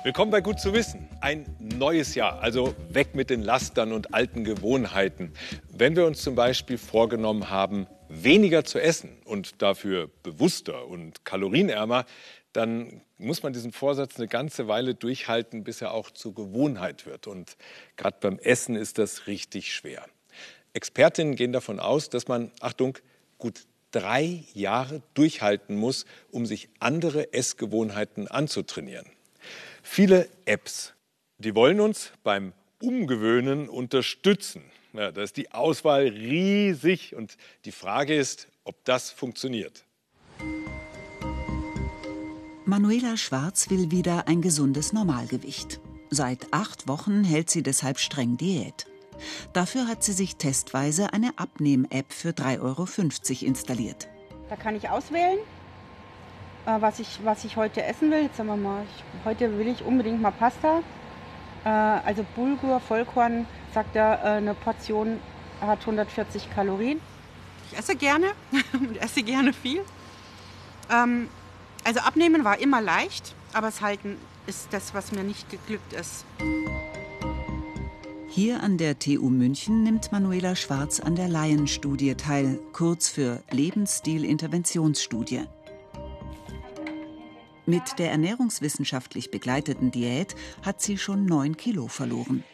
Willkommen bei Gut zu wissen. Ein neues Jahr, also weg mit den Lastern und alten Gewohnheiten. Wenn wir uns zum Beispiel vorgenommen haben, weniger zu essen und dafür bewusster und kalorienärmer, dann muss man diesen Vorsatz eine ganze Weile durchhalten, bis er auch zur Gewohnheit wird. Und gerade beim Essen ist das richtig schwer. Expertinnen gehen davon aus, dass man, Achtung, gut 3 Jahre durchhalten muss, um sich andere Essgewohnheiten anzutrainieren. Viele Apps, die wollen uns beim Umgewöhnen unterstützen. Ja, da ist die Auswahl riesig und die Frage ist, ob das funktioniert. Manuela Schwarz will wieder ein gesundes Normalgewicht. Seit 8 Wochen hält sie deshalb streng Diät. Dafür hat sie sich testweise eine Abnehm-App für 3,50 € installiert. Da kann ich auswählen, was ich heute essen will. Jetzt sagen wir mal, heute will ich unbedingt mal Pasta. Also Bulgur, Vollkorn, sagt er, eine Portion hat 140 Kalorien. Ich esse gerne und esse gerne viel. Also abnehmen war immer leicht, aber das Halten ist das, was mir nicht geglückt ist. Hier an der TU München nimmt Manuela Schwarz an der Lion-Studie teil, kurz für Lebensstil-Interventionsstudie. Mit der ernährungswissenschaftlich begleiteten Diät hat sie schon 9 Kilo verloren.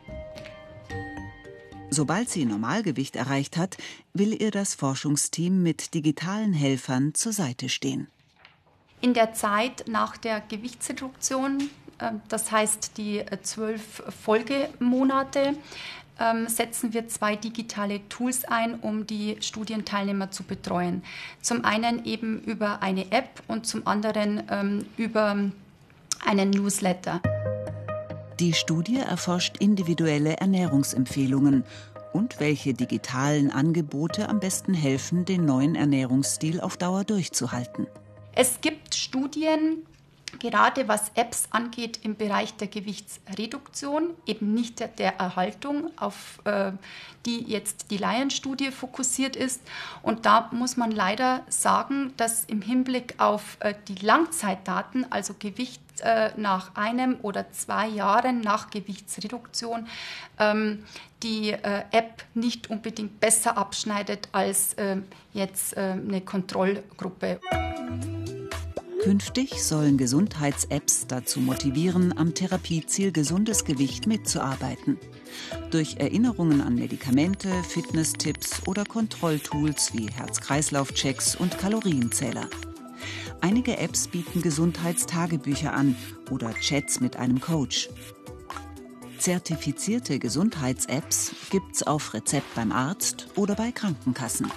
Sobald sie Normalgewicht erreicht hat, will ihr das Forschungsteam mit digitalen Helfern zur Seite stehen. In der Zeit nach der Gewichtsreduktion, das heißt die 12 Folgemonate, setzen wir 2 digitale Tools ein, um die Studienteilnehmer zu betreuen. Zum einen eben über eine App und zum anderen über einen Newsletter. Die Studie erforscht individuelle Ernährungsempfehlungen und welche digitalen Angebote am besten helfen, den neuen Ernährungsstil auf Dauer durchzuhalten. Es gibt Studien, gerade was Apps angeht, im Bereich der Gewichtsreduktion, eben nicht der Erhaltung, auf die jetzt die Lion-Studie fokussiert ist. Und da muss man leider sagen, dass im Hinblick auf die Langzeitdaten, also Gewicht nach 1 oder 2 Jahren nach Gewichtsreduktion, die App nicht unbedingt besser abschneidet als jetzt eine Kontrollgruppe. Künftig sollen Gesundheits-Apps dazu motivieren, am Therapieziel gesundes Gewicht mitzuarbeiten. Durch Erinnerungen an Medikamente, Fitnesstipps oder Kontrolltools wie Herz-Kreislauf-Checks und Kalorienzähler. Einige Apps bieten Gesundheitstagebücher an oder Chats mit einem Coach. Zertifizierte Gesundheits-Apps gibt's auf Rezept beim Arzt oder bei Krankenkassen.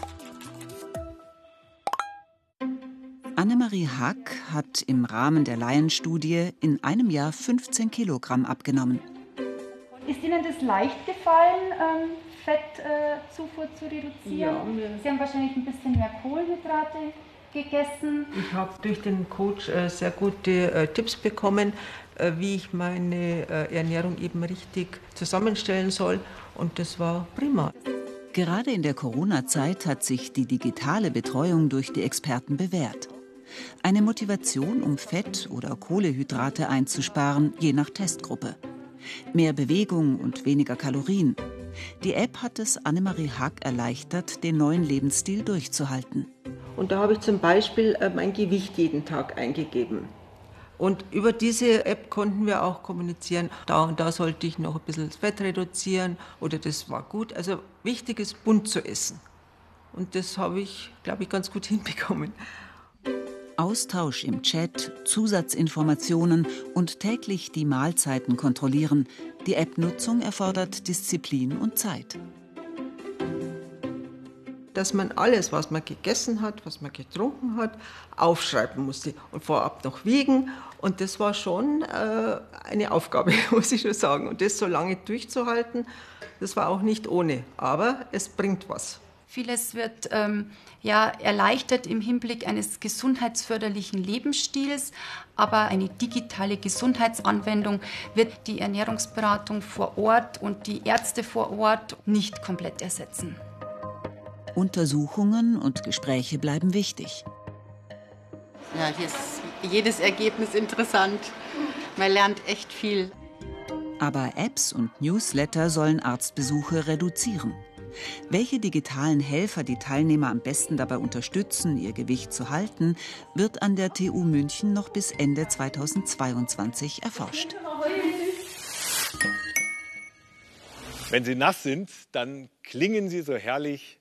Annemarie Hack hat im Rahmen der Lion-Studie in einem Jahr 15 Kilogramm abgenommen. Ist Ihnen das leicht gefallen, Fettzufuhr zu reduzieren? Ja, Sie haben wahrscheinlich ein bisschen mehr Kohlenhydrate gegessen. Ich habe durch den Coach sehr gute Tipps bekommen, wie ich meine Ernährung eben richtig zusammenstellen soll. Und das war prima. Gerade in der Corona-Zeit hat sich die digitale Betreuung durch die Experten bewährt. Eine Motivation, um Fett oder Kohlenhydrate einzusparen, je nach Testgruppe. Mehr Bewegung und weniger Kalorien. Die App hat es Annemarie Hack erleichtert, den neuen Lebensstil durchzuhalten. Und da habe ich zum Beispiel mein Gewicht jeden Tag eingegeben. Und über diese App konnten wir auch kommunizieren, da und da sollte ich noch ein bisschen das Fett reduzieren oder das war gut. Also wichtig ist, bunt zu essen. Und das habe ich, glaube ich, ganz gut hinbekommen. Austausch im Chat, Zusatzinformationen und täglich die Mahlzeiten kontrollieren. Die App-Nutzung erfordert Disziplin und Zeit. Dass man alles, was man gegessen hat, was man getrunken hat, aufschreiben musste und vorab noch wiegen. Und das war schon eine Aufgabe, muss ich schon sagen. Und das so lange durchzuhalten, das war auch nicht ohne. Aber es bringt was. Vieles wird erleichtert im Hinblick eines gesundheitsförderlichen Lebensstils, aber eine digitale Gesundheitsanwendung wird die Ernährungsberatung vor Ort und die Ärzte vor Ort nicht komplett ersetzen. Untersuchungen und Gespräche bleiben wichtig. Ja, hier ist jedes Ergebnis interessant. Man lernt echt viel. Aber Apps und Newsletter sollen Arztbesuche reduzieren. Welche digitalen Helfer die Teilnehmer am besten dabei unterstützen, ihr Gewicht zu halten, wird an der TU München noch bis Ende 2022 erforscht. Wenn sie nass sind, dann klingen sie so herrlich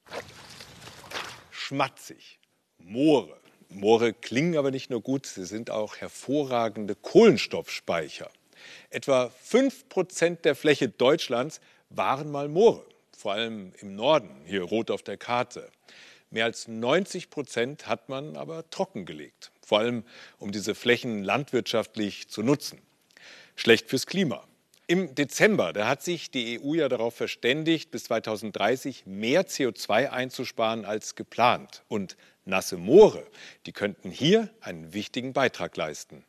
schmatzig. Moore. Moore klingen aber nicht nur gut, sie sind auch hervorragende Kohlenstoffspeicher. Etwa 5% der Fläche Deutschlands waren mal Moore, vor allem im Norden, hier rot auf der Karte. Mehr als 90% hat man aber trockengelegt, vor allem um diese Flächen landwirtschaftlich zu nutzen. Schlecht fürs Klima. Im Dezember, da hat sich die EU ja darauf verständigt, bis 2030 mehr CO2 einzusparen als geplant. Und nasse Moore, die könnten hier einen wichtigen Beitrag leisten.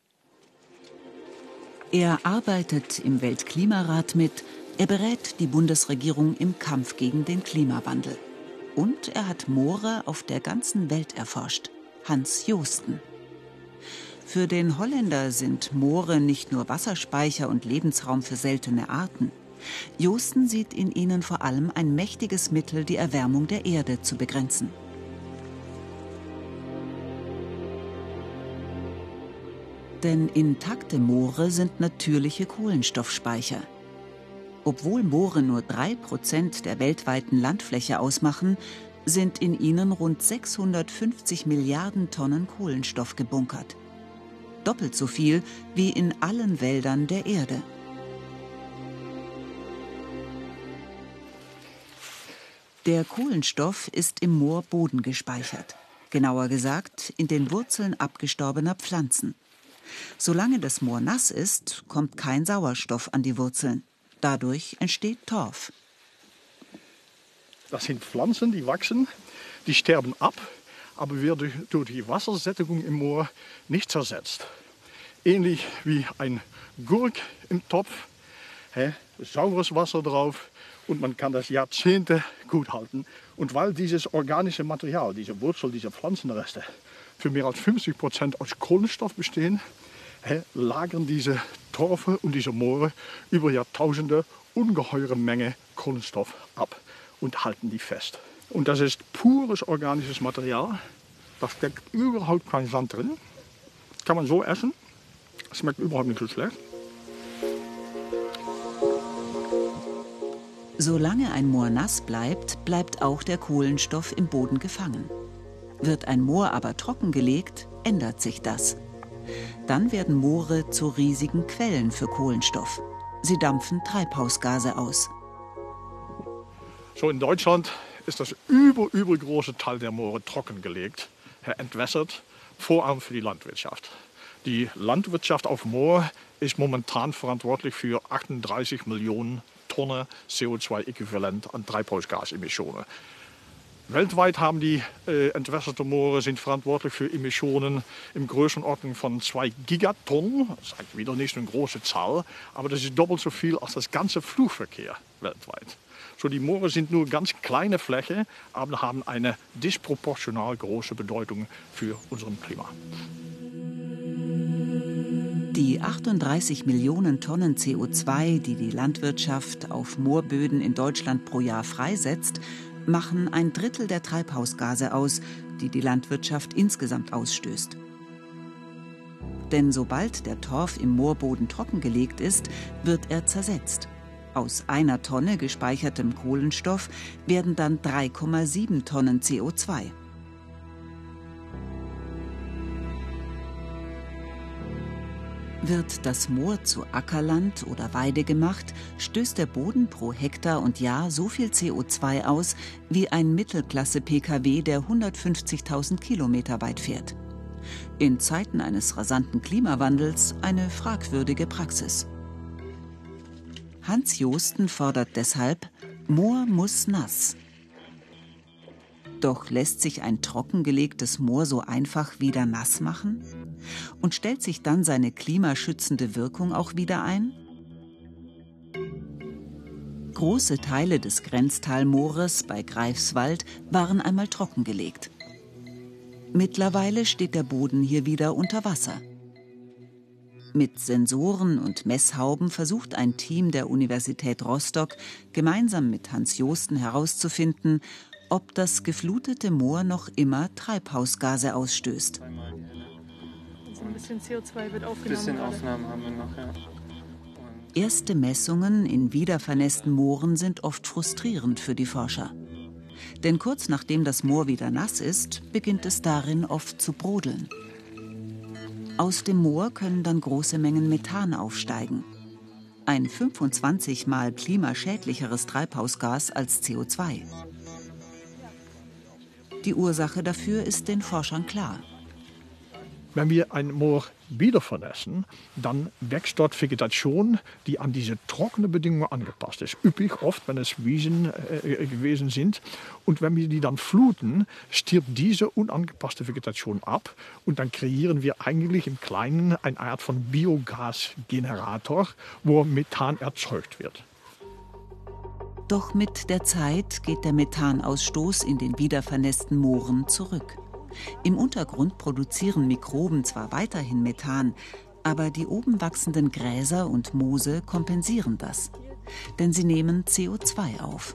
Er arbeitet im Weltklimarat mit, er berät die Bundesregierung im Kampf gegen den Klimawandel. Und er hat Moore auf der ganzen Welt erforscht. Hans Joosten. Für den Holländer sind Moore nicht nur Wasserspeicher und Lebensraum für seltene Arten. Joosten sieht in ihnen vor allem ein mächtiges Mittel, die Erwärmung der Erde zu begrenzen. Denn intakte Moore sind natürliche Kohlenstoffspeicher. Obwohl Moore nur 3% der weltweiten Landfläche ausmachen, sind in ihnen rund 650 Milliarden Tonnen Kohlenstoff gebunkert. Doppelt so viel wie in allen Wäldern der Erde. Der Kohlenstoff ist im Moorboden gespeichert. Genauer gesagt, in den Wurzeln abgestorbener Pflanzen. Solange das Moor nass ist, kommt kein Sauerstoff an die Wurzeln. Dadurch entsteht Torf. Das sind Pflanzen, die wachsen, die sterben ab, aber werden durch die Wassersättigung im Moor nicht zersetzt. Ähnlich wie ein Gurk im Topf, saures Wasser drauf und man kann das Jahrzehnte gut halten. Und weil dieses organische Material, diese Wurzel, diese Pflanzenreste für mehr als 50% aus Kohlenstoff bestehen, lagern diese Torfe und diese Moore über Jahrtausende ungeheure Menge Kohlenstoff ab und halten die fest. Und das ist pures organisches Material. Da steckt überhaupt kein Sand drin. Kann man so essen. Schmeckt überhaupt nicht so schlecht. Solange ein Moor nass bleibt, bleibt auch der Kohlenstoff im Boden gefangen. Wird ein Moor aber trockengelegt, ändert sich das. Dann werden Moore zu riesigen Quellen für Kohlenstoff. Sie dampfen Treibhausgase aus. So in Deutschland ist das übergroße Teil der Moore trockengelegt, entwässert, vor allem für die Landwirtschaft. Die Landwirtschaft auf Moor ist momentan verantwortlich für 38 Millionen Tonnen CO2-Äquivalent an Treibhausgasemissionen. Weltweit haben die entwässerte Moore sind verantwortlich für Emissionen in Größenordnung von 2 Gigatonnen. Das ist eigentlich wieder nicht so eine große Zahl, aber das ist doppelt so viel als das ganze Flugverkehr weltweit. So, die Moore sind nur ganz kleine Flächen, aber haben eine disproportional große Bedeutung für unser Klima. Die 38 Millionen Tonnen CO2, die die Landwirtschaft auf Moorböden in Deutschland pro Jahr freisetzt, machen 1/3 der Treibhausgase aus, die die Landwirtschaft insgesamt ausstößt. Denn sobald der Torf im Moorboden trockengelegt ist, wird er zersetzt. Aus 1 Tonne gespeichertem Kohlenstoff werden dann 3,7 Tonnen CO2. Wird das Moor zu Ackerland oder Weide gemacht, stößt der Boden pro Hektar und Jahr so viel CO2 aus wie ein Mittelklasse-Pkw, der 150.000 Kilometer weit fährt. In Zeiten eines rasanten Klimawandels eine fragwürdige Praxis. Hans Joosten fordert deshalb, Moor muss nass. Doch lässt sich ein trockengelegtes Moor so einfach wieder nass machen? Und stellt sich dann seine klimaschützende Wirkung auch wieder ein? Große Teile des Grenztalmoores bei Greifswald waren einmal trockengelegt. Mittlerweile steht der Boden hier wieder unter Wasser. Mit Sensoren und Messhauben versucht ein Team der Universität Rostock gemeinsam mit Hans Joosten herauszufinden, ob das geflutete Moor noch immer Treibhausgase ausstößt. Also ein bisschen CO2 wird aufgenommen. Ein bisschen Aufnahmen haben wir noch, ja. Erste Messungen in wiedervernässten Mooren sind oft frustrierend für die Forscher. Denn kurz nachdem das Moor wieder nass ist, beginnt es darin oft zu brodeln. Aus dem Moor können dann große Mengen Methan aufsteigen. Ein 25-mal klimaschädlicheres Treibhausgas als CO2. Die Ursache dafür ist den Forschern klar. Wenn wir ein Moor wiedervernässen, dann wächst dort Vegetation, die an diese trockenen Bedingungen angepasst ist. Üppig oft, wenn es Wiesen gewesen sind. Und wenn wir die dann fluten, stirbt diese unangepasste Vegetation ab. Und dann kreieren wir eigentlich im Kleinen eine Art von Biogasgenerator, wo Methan erzeugt wird. Doch mit der Zeit geht der Methanausstoß in den wiedervernässten Mooren zurück. Im Untergrund produzieren Mikroben zwar weiterhin Methan, aber die oben wachsenden Gräser und Moose kompensieren das. Denn sie nehmen CO2 auf.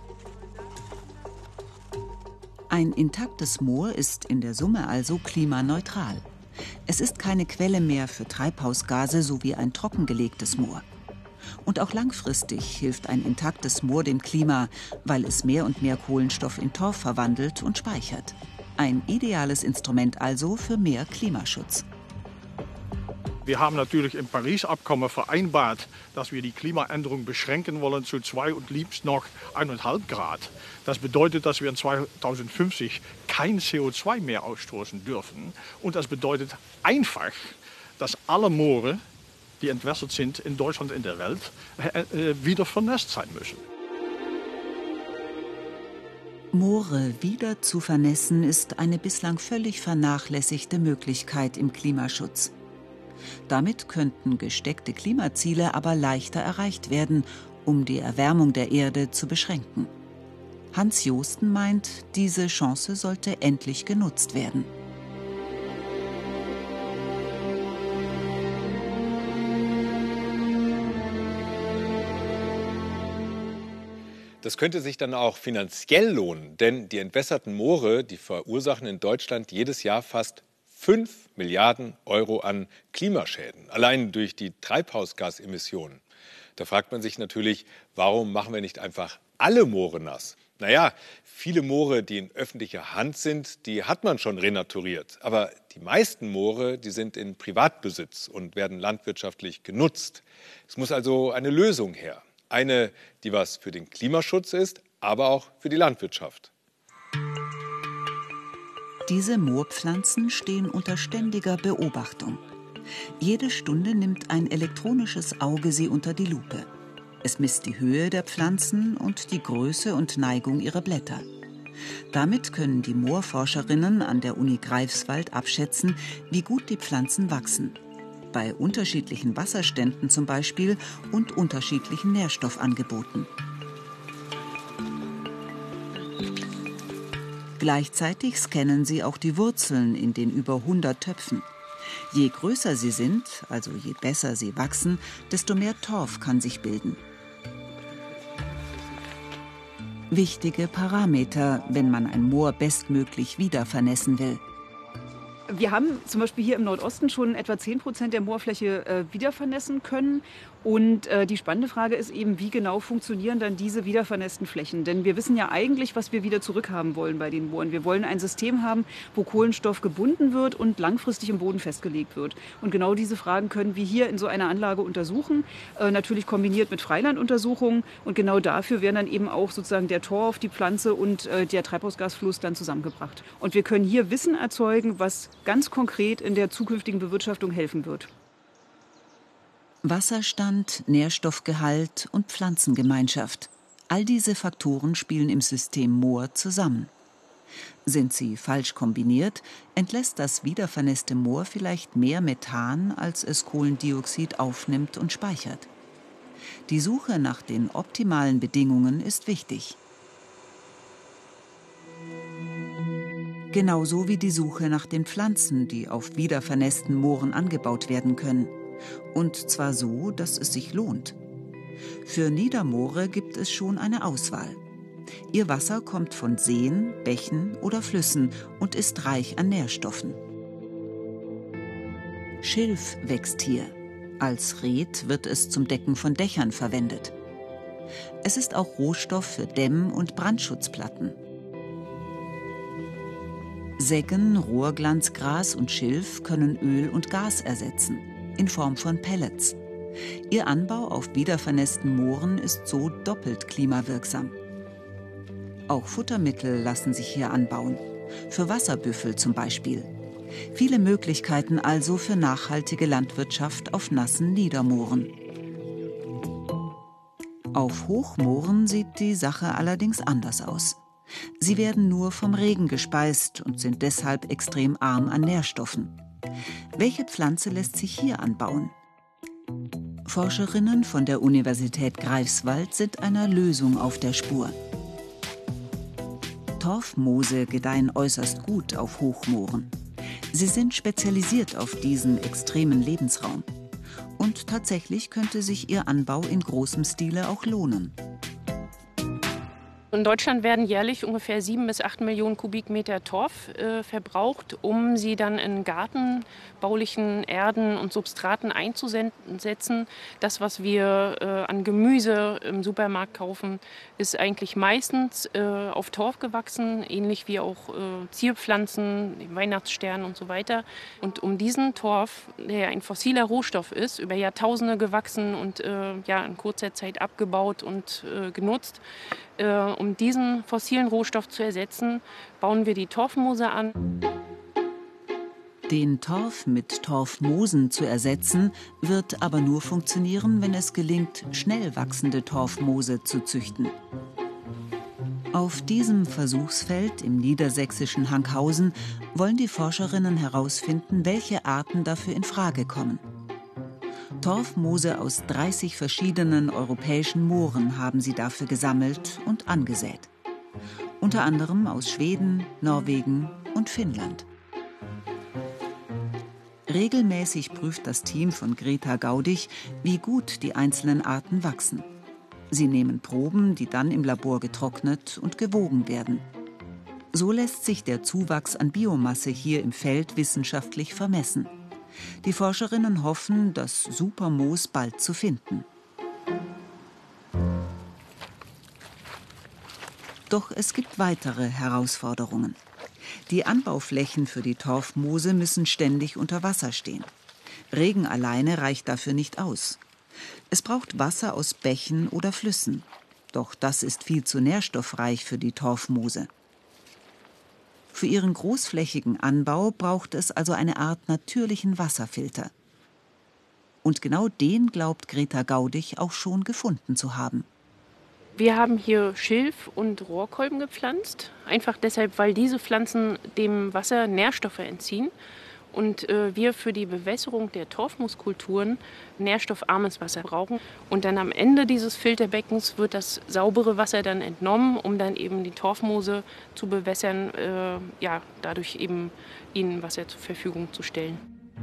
Ein intaktes Moor ist in der Summe also klimaneutral. Es ist keine Quelle mehr für Treibhausgase, so wie ein trockengelegtes Moor. Und auch langfristig hilft ein intaktes Moor dem Klima, weil es mehr und mehr Kohlenstoff in Torf verwandelt und speichert. Ein ideales Instrument also für mehr Klimaschutz. Wir haben natürlich im Paris-Abkommen vereinbart, dass wir die Klimaänderung beschränken wollen zu 2 und liebst noch 1,5 Grad. Das bedeutet, dass wir in 2050 kein CO2 mehr ausstoßen dürfen. Und das bedeutet einfach, dass alle Moore, die entwässert sind in Deutschland und in der Welt, wieder vernässt sein müssen. Moore wieder zu vernässen ist eine bislang völlig vernachlässigte Möglichkeit im Klimaschutz. Damit könnten gesteckte Klimaziele aber leichter erreicht werden, um die Erwärmung der Erde zu beschränken. Hans Joosten meint, diese Chance sollte endlich genutzt werden. Das könnte sich dann auch finanziell lohnen, denn die entwässerten Moore, die verursachen in Deutschland jedes Jahr fast 5 Milliarden Euro an Klimaschäden, allein durch die Treibhausgasemissionen. Da fragt man sich natürlich, warum machen wir nicht einfach alle Moore nass? Naja, viele Moore, die in öffentlicher Hand sind, die hat man schon renaturiert. Aber die meisten Moore, die sind in Privatbesitz und werden landwirtschaftlich genutzt. Es muss also eine Lösung her. Eine, die was für den Klimaschutz ist, aber auch für die Landwirtschaft. Diese Moorpflanzen stehen unter ständiger Beobachtung. Jede Stunde nimmt ein elektronisches Auge sie unter die Lupe. Es misst die Höhe der Pflanzen und die Größe und Neigung ihrer Blätter. Damit können die Moorforscherinnen an der Uni Greifswald abschätzen, wie gut die Pflanzen wachsen. Bei unterschiedlichen Wasserständen zum Beispiel und unterschiedlichen Nährstoffangeboten. Gleichzeitig scannen sie auch die Wurzeln in den über 100 Töpfen. Je größer sie sind, also je besser sie wachsen, desto mehr Torf kann sich bilden. Wichtige Parameter, wenn man ein Moor bestmöglich wieder vernässen will. Wir haben zum Beispiel hier im Nordosten schon etwa 10% der Moorfläche wiedervernässen können. Und die spannende Frage ist eben, wie genau funktionieren dann diese wiedervernässten Flächen? Denn wir wissen ja eigentlich, was wir wieder zurückhaben wollen bei den Mooren. Wir wollen ein System haben, wo Kohlenstoff gebunden wird und langfristig im Boden festgelegt wird. Und genau diese Fragen können wir hier in so einer Anlage untersuchen, natürlich kombiniert mit Freilanduntersuchungen. Und genau dafür werden dann eben auch sozusagen der Torf, die Pflanze und der Treibhausgasfluss dann zusammengebracht. Und wir können hier Wissen erzeugen, was ganz konkret in der zukünftigen Bewirtschaftung helfen wird. Wasserstand, Nährstoffgehalt und Pflanzengemeinschaft. All diese Faktoren spielen im System Moor zusammen. Sind sie falsch kombiniert, entlässt das wiedervernässte Moor vielleicht mehr Methan, als es Kohlendioxid aufnimmt und speichert. Die Suche nach den optimalen Bedingungen ist wichtig. Genauso wie die Suche nach den Pflanzen, die auf wiedervernässten Mooren angebaut werden können. Und zwar so, dass es sich lohnt. Für Niedermoore gibt es schon eine Auswahl. Ihr Wasser kommt von Seen, Bächen oder Flüssen und ist reich an Nährstoffen. Schilf wächst hier. Als Reet wird es zum Decken von Dächern verwendet. Es ist auch Rohstoff für Dämm- und Brandschutzplatten. Seggen, Rohrglanzgras und Schilf können Öl und Gas ersetzen, in Form von Pellets. Ihr Anbau auf wiedervernässten Mooren ist so doppelt klimawirksam. Auch Futtermittel lassen sich hier anbauen, für Wasserbüffel zum Beispiel. Viele Möglichkeiten also für nachhaltige Landwirtschaft auf nassen Niedermooren. Auf Hochmooren sieht die Sache allerdings anders aus. Sie werden nur vom Regen gespeist und sind deshalb extrem arm an Nährstoffen. Welche Pflanze lässt sich hier anbauen? Forscherinnen von der Universität Greifswald sind einer Lösung auf der Spur. Torfmoose gedeihen äußerst gut auf Hochmooren. Sie sind spezialisiert auf diesen extremen Lebensraum. Und tatsächlich könnte sich ihr Anbau in großem Stile auch lohnen. In Deutschland werden jährlich ungefähr 7 bis 8 Millionen Kubikmeter Torf verbraucht, um sie dann in gartenbaulichen Erden und Substraten einzusetzen. Das, was wir an Gemüse im Supermarkt kaufen, ist eigentlich meistens auf Torf gewachsen, ähnlich wie auch Zierpflanzen, Weihnachtsstern und so weiter. Und um diesen Torf, der ein fossiler Rohstoff ist, über Jahrtausende gewachsen und in kurzer Zeit abgebaut und genutzt, um diesen fossilen Rohstoff zu ersetzen, bauen wir die Torfmoose an. Den Torf mit Torfmoosen zu ersetzen, wird aber nur funktionieren, wenn es gelingt, schnell wachsende Torfmoose zu züchten. Auf diesem Versuchsfeld im niedersächsischen Hankhausen wollen die Forscherinnen herausfinden, welche Arten dafür in Frage kommen. Torfmoose aus 30 verschiedenen europäischen Mooren haben sie dafür gesammelt und angesät. Unter anderem aus Schweden, Norwegen und Finnland. Regelmäßig prüft das Team von Greta Gaudig, wie gut die einzelnen Arten wachsen. Sie nehmen Proben, die dann im Labor getrocknet und gewogen werden. So lässt sich der Zuwachs an Biomasse hier im Feld wissenschaftlich vermessen. Die Forscherinnen hoffen, das Supermoos bald zu finden. Doch es gibt weitere Herausforderungen. Die Anbauflächen für die Torfmoose müssen ständig unter Wasser stehen. Regen alleine reicht dafür nicht aus. Es braucht Wasser aus Bächen oder Flüssen. Doch das ist viel zu nährstoffreich für die Torfmoose. Für ihren großflächigen Anbau braucht es also eine Art natürlichen Wasserfilter. Und genau den glaubt Greta Gaudig auch schon gefunden zu haben. Wir haben hier Schilf und Rohrkolben gepflanzt, einfach deshalb, weil diese Pflanzen dem Wasser Nährstoffe entziehen und wir für die Bewässerung der Torfmooskulturen nährstoffarmes Wasser brauchen. Und dann am Ende dieses Filterbeckens wird das saubere Wasser dann entnommen, um dann eben die Torfmoose zu bewässern, dadurch eben ihnen Wasser zur Verfügung zu stellen.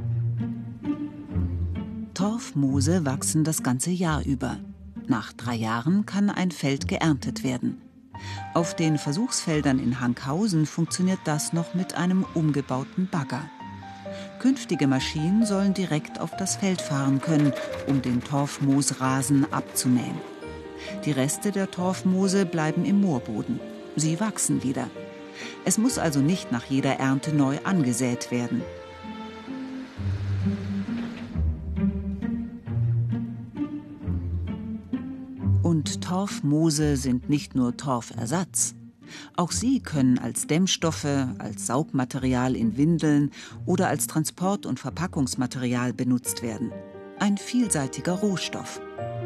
Torfmoose wachsen das ganze Jahr über. Nach 3 Jahren kann ein Feld geerntet werden. Auf den Versuchsfeldern in Hankhausen funktioniert das noch mit einem umgebauten Bagger. Künftige Maschinen sollen direkt auf das Feld fahren können, um den Torfmoosrasen abzumähen. Die Reste der Torfmoose bleiben im Moorboden. Sie wachsen wieder. Es muss also nicht nach jeder Ernte neu angesät werden. Und Torfmoose sind nicht nur Torfersatz. Auch sie können als Dämmstoffe, als Saugmaterial in Windeln oder als Transport- und Verpackungsmaterial benutzt werden. Ein vielseitiger Rohstoff.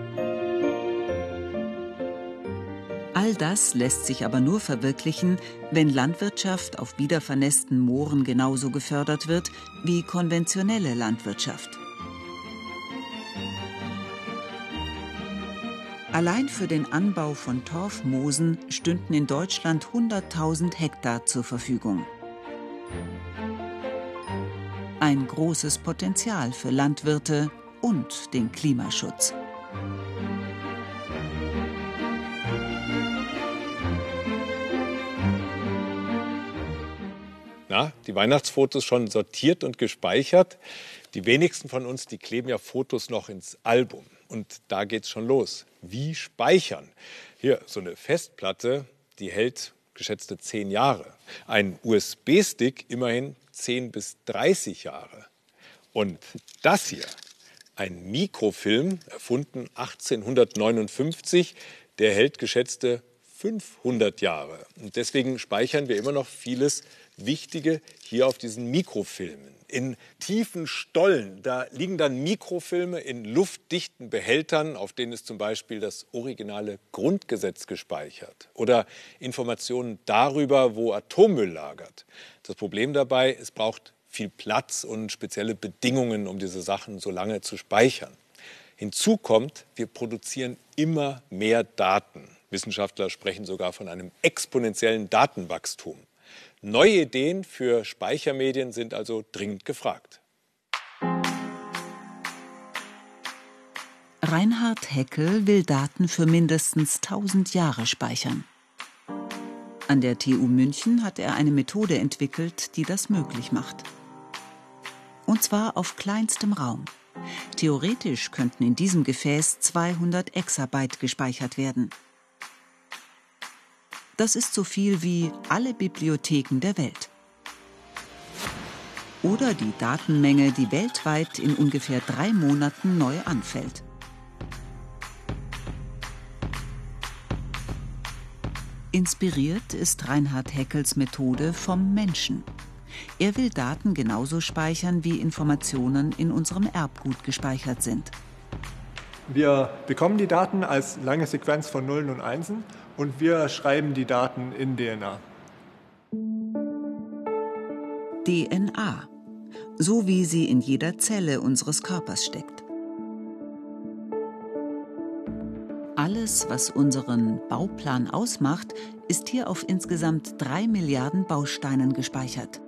All das lässt sich aber nur verwirklichen, wenn Landwirtschaft auf wiedervernässten Mooren genauso gefördert wird wie konventionelle Landwirtschaft. Allein für den Anbau von Torfmoosen stünden in Deutschland 100.000 Hektar zur Verfügung. Ein großes Potenzial für Landwirte und den Klimaschutz. Na, die Weihnachtsfotos schon sortiert und gespeichert. Die wenigsten von uns, die kleben ja Fotos noch ins Album. Und da geht's schon los. Wie speichern? Hier, so eine Festplatte, die hält geschätzte 10 Jahre. Ein USB-Stick immerhin 10 bis 30 Jahre. Und das hier, ein Mikrofilm, erfunden 1859, der hält geschätzte 500 Jahre. Und deswegen speichern wir immer noch vieles Wichtige hier auf diesen Mikrofilmen. In tiefen Stollen, da liegen dann Mikrofilme in luftdichten Behältern, auf denen ist zum Beispiel das originale Grundgesetz gespeichert. Oder Informationen darüber, wo Atommüll lagert. Das Problem dabei, es braucht viel Platz und spezielle Bedingungen, um diese Sachen so lange zu speichern. Hinzu kommt, wir produzieren immer mehr Daten. Wissenschaftler sprechen sogar von einem exponentiellen Datenwachstum. Neue Ideen für Speichermedien sind also dringend gefragt. Reinhard Heckel will Daten für mindestens 1000 Jahre speichern. An der TU München hat er eine Methode entwickelt, die das möglich macht. Und zwar auf kleinstem Raum. Theoretisch könnten in diesem Gefäß 200 Exabyte gespeichert werden. Das ist so viel wie alle Bibliotheken der Welt. Oder die Datenmenge, die weltweit in ungefähr 3 Monaten neu anfällt. Inspiriert ist Reinhard Heckels Methode vom Menschen. Er will Daten genauso speichern, wie Informationen in unserem Erbgut gespeichert sind. Wir bekommen die Daten als lange Sequenz von Nullen und Einsen und wir schreiben die Daten in DNA. DNA, so wie sie in jeder Zelle unseres Körpers steckt. Alles, was unseren Bauplan ausmacht, ist hier auf insgesamt 3 Milliarden Bausteinen gespeichert.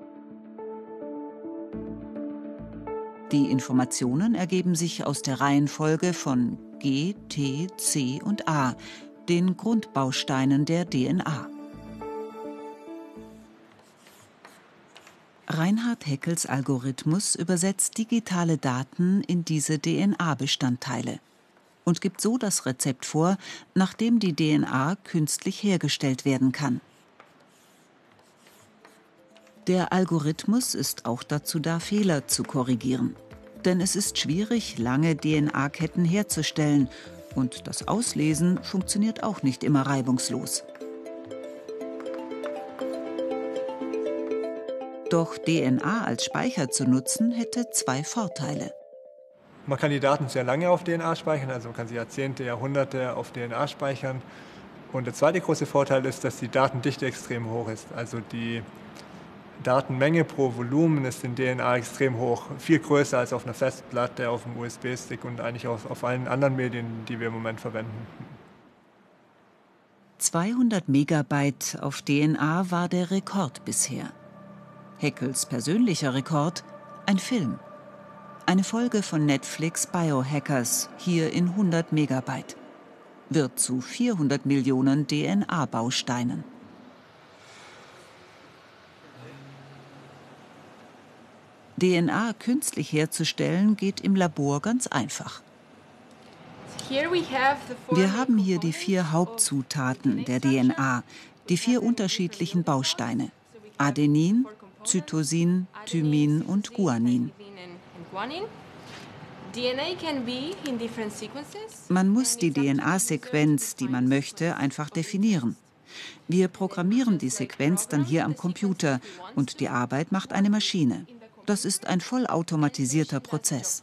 Die Informationen ergeben sich aus der Reihenfolge von G, T, C und A, den Grundbausteinen der DNA. Reinhard Heckels Algorithmus übersetzt digitale Daten in diese DNA-Bestandteile und gibt so das Rezept vor, nach dem die DNA künstlich hergestellt werden kann. Der Algorithmus ist auch dazu da, Fehler zu korrigieren. Denn es ist schwierig, lange DNA-Ketten herzustellen. Und das Auslesen funktioniert auch nicht immer reibungslos. Doch DNA als Speicher zu nutzen, hätte 2 Vorteile. Man kann die Daten sehr lange auf DNA speichern, also man kann sie Jahrzehnte, Jahrhunderte auf DNA speichern. Und der zweite große Vorteil ist, dass die Datendichte extrem hoch ist. Also die Datenmenge pro Volumen ist in DNA extrem hoch, viel größer als auf einer Festplatte, auf einem USB-Stick und eigentlich auf allen anderen Medien, die wir im Moment verwenden. 200 Megabyte auf DNA war der Rekord bisher. Heckels persönlicher Rekord: ein Film. Eine Folge von Netflix Biohackers, hier in 100 Megabyte. Wird zu 400 Millionen DNA-Bausteinen. DNA künstlich herzustellen geht im Labor ganz einfach. Wir haben hier die 4 Hauptzutaten der DNA, die 4 unterschiedlichen Bausteine: Adenin, Cytosin, Thymin und Guanin. Man muss die DNA-Sequenz, die man möchte, einfach definieren. Wir programmieren die Sequenz dann hier am Computer und die Arbeit macht eine Maschine. Das ist ein vollautomatisierter Prozess.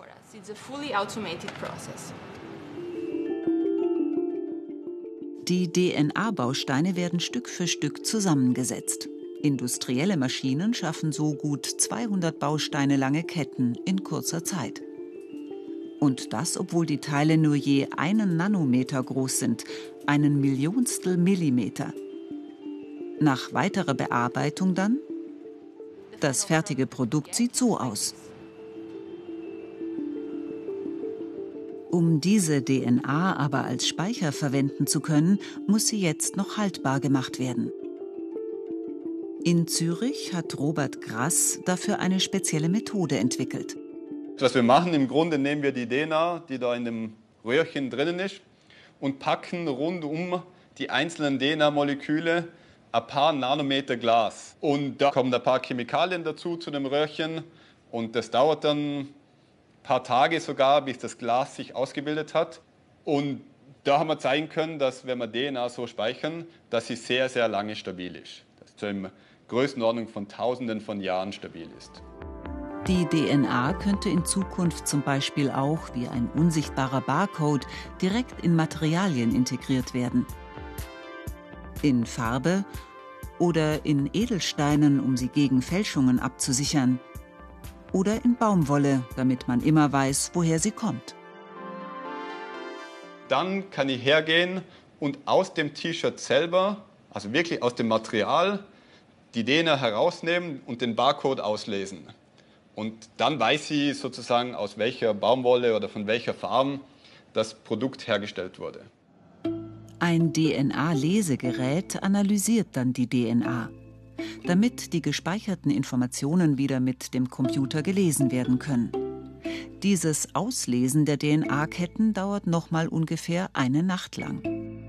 Die DNA-Bausteine werden Stück für Stück zusammengesetzt. Industrielle Maschinen schaffen so gut 200 Bausteine lange Ketten in kurzer Zeit. Und das, obwohl die Teile nur je 1 Nanometer groß sind, 1 Millionstel Millimeter. Nach weiterer Bearbeitung dann: das fertige Produkt sieht so aus. Um diese DNA aber als Speicher verwenden zu können, muss sie jetzt noch haltbar gemacht werden. In Zürich hat Robert Grass dafür eine spezielle Methode entwickelt. Was wir machen, im Grunde nehmen wir die DNA, die da in dem Röhrchen drinnen ist, und packen rund um die einzelnen DNA-Moleküle ein paar Nanometer Glas. Und da kommen ein paar Chemikalien dazu zu dem Röhrchen. Und das dauert dann ein paar Tage sogar, bis das Glas sich ausgebildet hat. Und da haben wir zeigen können, dass wenn wir DNA so speichern, dass sie sehr, sehr lange stabil ist. Dass sie in Größenordnung von Tausenden von Jahren stabil ist. Die DNA könnte in Zukunft zum Beispiel auch wie ein unsichtbarer Barcode direkt in Materialien integriert werden. In Farbe oder in Edelsteinen, um sie gegen Fälschungen abzusichern. Oder in Baumwolle, damit man immer weiß, woher sie kommt. Dann kann ich hergehen und aus dem T-Shirt selber, also wirklich aus dem Material, die DNA herausnehmen und den Barcode auslesen. Und dann weiß ich sozusagen, aus welcher Baumwolle oder von welcher Farbe das Produkt hergestellt wurde. Ein DNA-Lesegerät analysiert dann die DNA, damit die gespeicherten Informationen wieder mit dem Computer gelesen werden können. Dieses Auslesen der DNA-Ketten dauert nochmal ungefähr eine Nacht lang.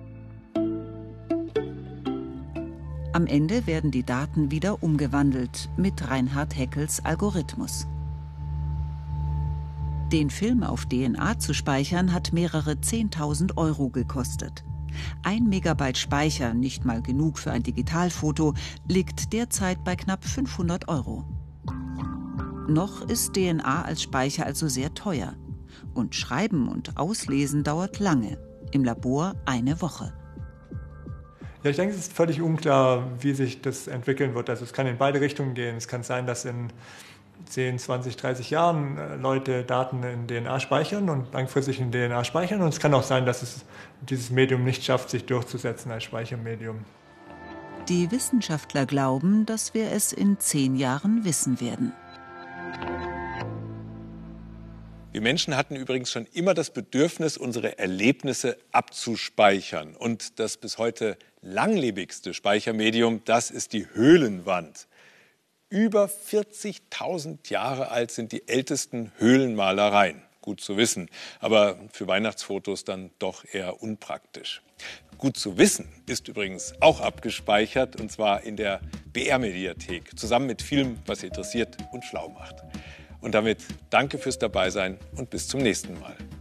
Am Ende werden die Daten wieder umgewandelt mit Reinhard Heckels Algorithmus. Den Film auf DNA zu speichern, hat mehrere 10.000 € gekostet. 1 Megabyte Speicher, nicht mal genug für ein Digitalfoto, liegt derzeit bei knapp 500 €. Noch ist DNA als Speicher also sehr teuer. Und Schreiben und Auslesen dauert lange, im Labor eine Woche. Ja, ich denke, es ist völlig unklar, wie sich das entwickeln wird. Also es kann in beide Richtungen gehen. Es kann sein, dass in 10, 20, 30 Jahren Leute Daten in DNA speichern und langfristig in DNA speichern. Und es kann auch sein, dass es dieses Medium nicht schafft, sich durchzusetzen als Speichermedium. Die Wissenschaftler glauben, dass wir es in 10 Jahren wissen werden. Wir Menschen hatten übrigens schon immer das Bedürfnis, unsere Erlebnisse abzuspeichern. Und das bis heute langlebigste Speichermedium, das ist die Höhlenwand. Über 40.000 Jahre alt sind die ältesten Höhlenmalereien. Gut zu wissen, aber für Weihnachtsfotos dann doch eher unpraktisch. Gut zu wissen ist übrigens auch abgespeichert, und zwar in der BR-Mediathek, zusammen mit vielem, was Sie interessiert und schlau macht. Und damit danke fürs Dabeisein und bis zum nächsten Mal.